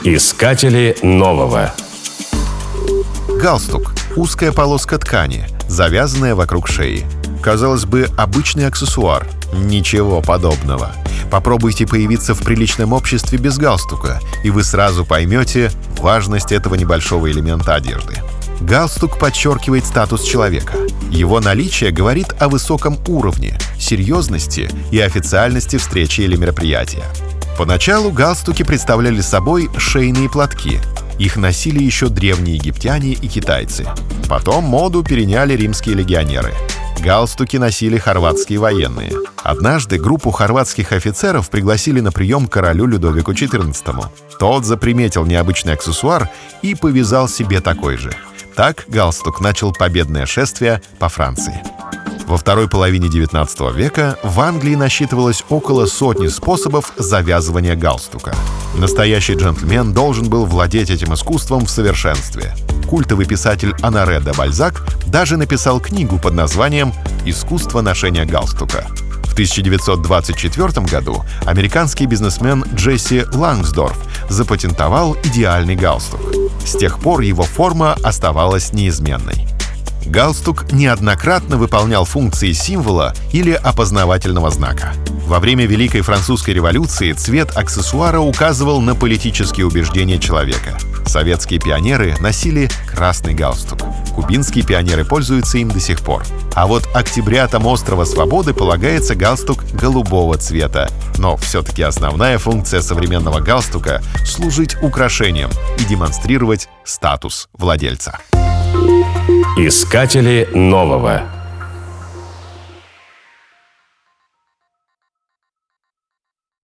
Искатели нового. Галстук – узкая полоска ткани, завязанная вокруг шеи. Казалось бы, обычный аксессуар. Ничего подобного. Попробуйте появиться в приличном обществе без галстука, и вы сразу поймете важность этого небольшого элемента одежды. Галстук подчеркивает статус человека. Его наличие говорит о высоком уровне, серьезности и официальности встречи или мероприятия. Поначалу галстуки представляли собой шейные платки. Их носили еще древние египтяне и китайцы. Потом моду переняли римские легионеры. Галстуки носили хорватские военные. Однажды группу хорватских офицеров пригласили на прием к королю Людовику XIV. Тот заприметил необычный аксессуар и повязал себе такой же. Так галстук начал победное шествие по Франции. Во второй половине XIX века в Англии насчитывалось около сотни способов завязывания галстука. Настоящий джентльмен должен был владеть этим искусством в совершенстве. Культовый писатель Оноре де Бальзак даже написал книгу под названием «Искусство ношения галстука». В 1924 году американский бизнесмен Джесси Лангсдорф запатентовал идеальный галстук. С тех пор его форма оставалась неизменной. Галстук неоднократно выполнял функции символа или опознавательного знака. Во время Великой Французской революции цвет аксессуара указывал на политические убеждения человека. Советские пионеры носили красный галстук. Кубинские пионеры пользуются им до сих пор. А вот октябрятам острова Свободы полагается галстук голубого цвета. Но все-таки основная функция современного галстука — служить украшением и демонстрировать статус владельца. Искатели нового.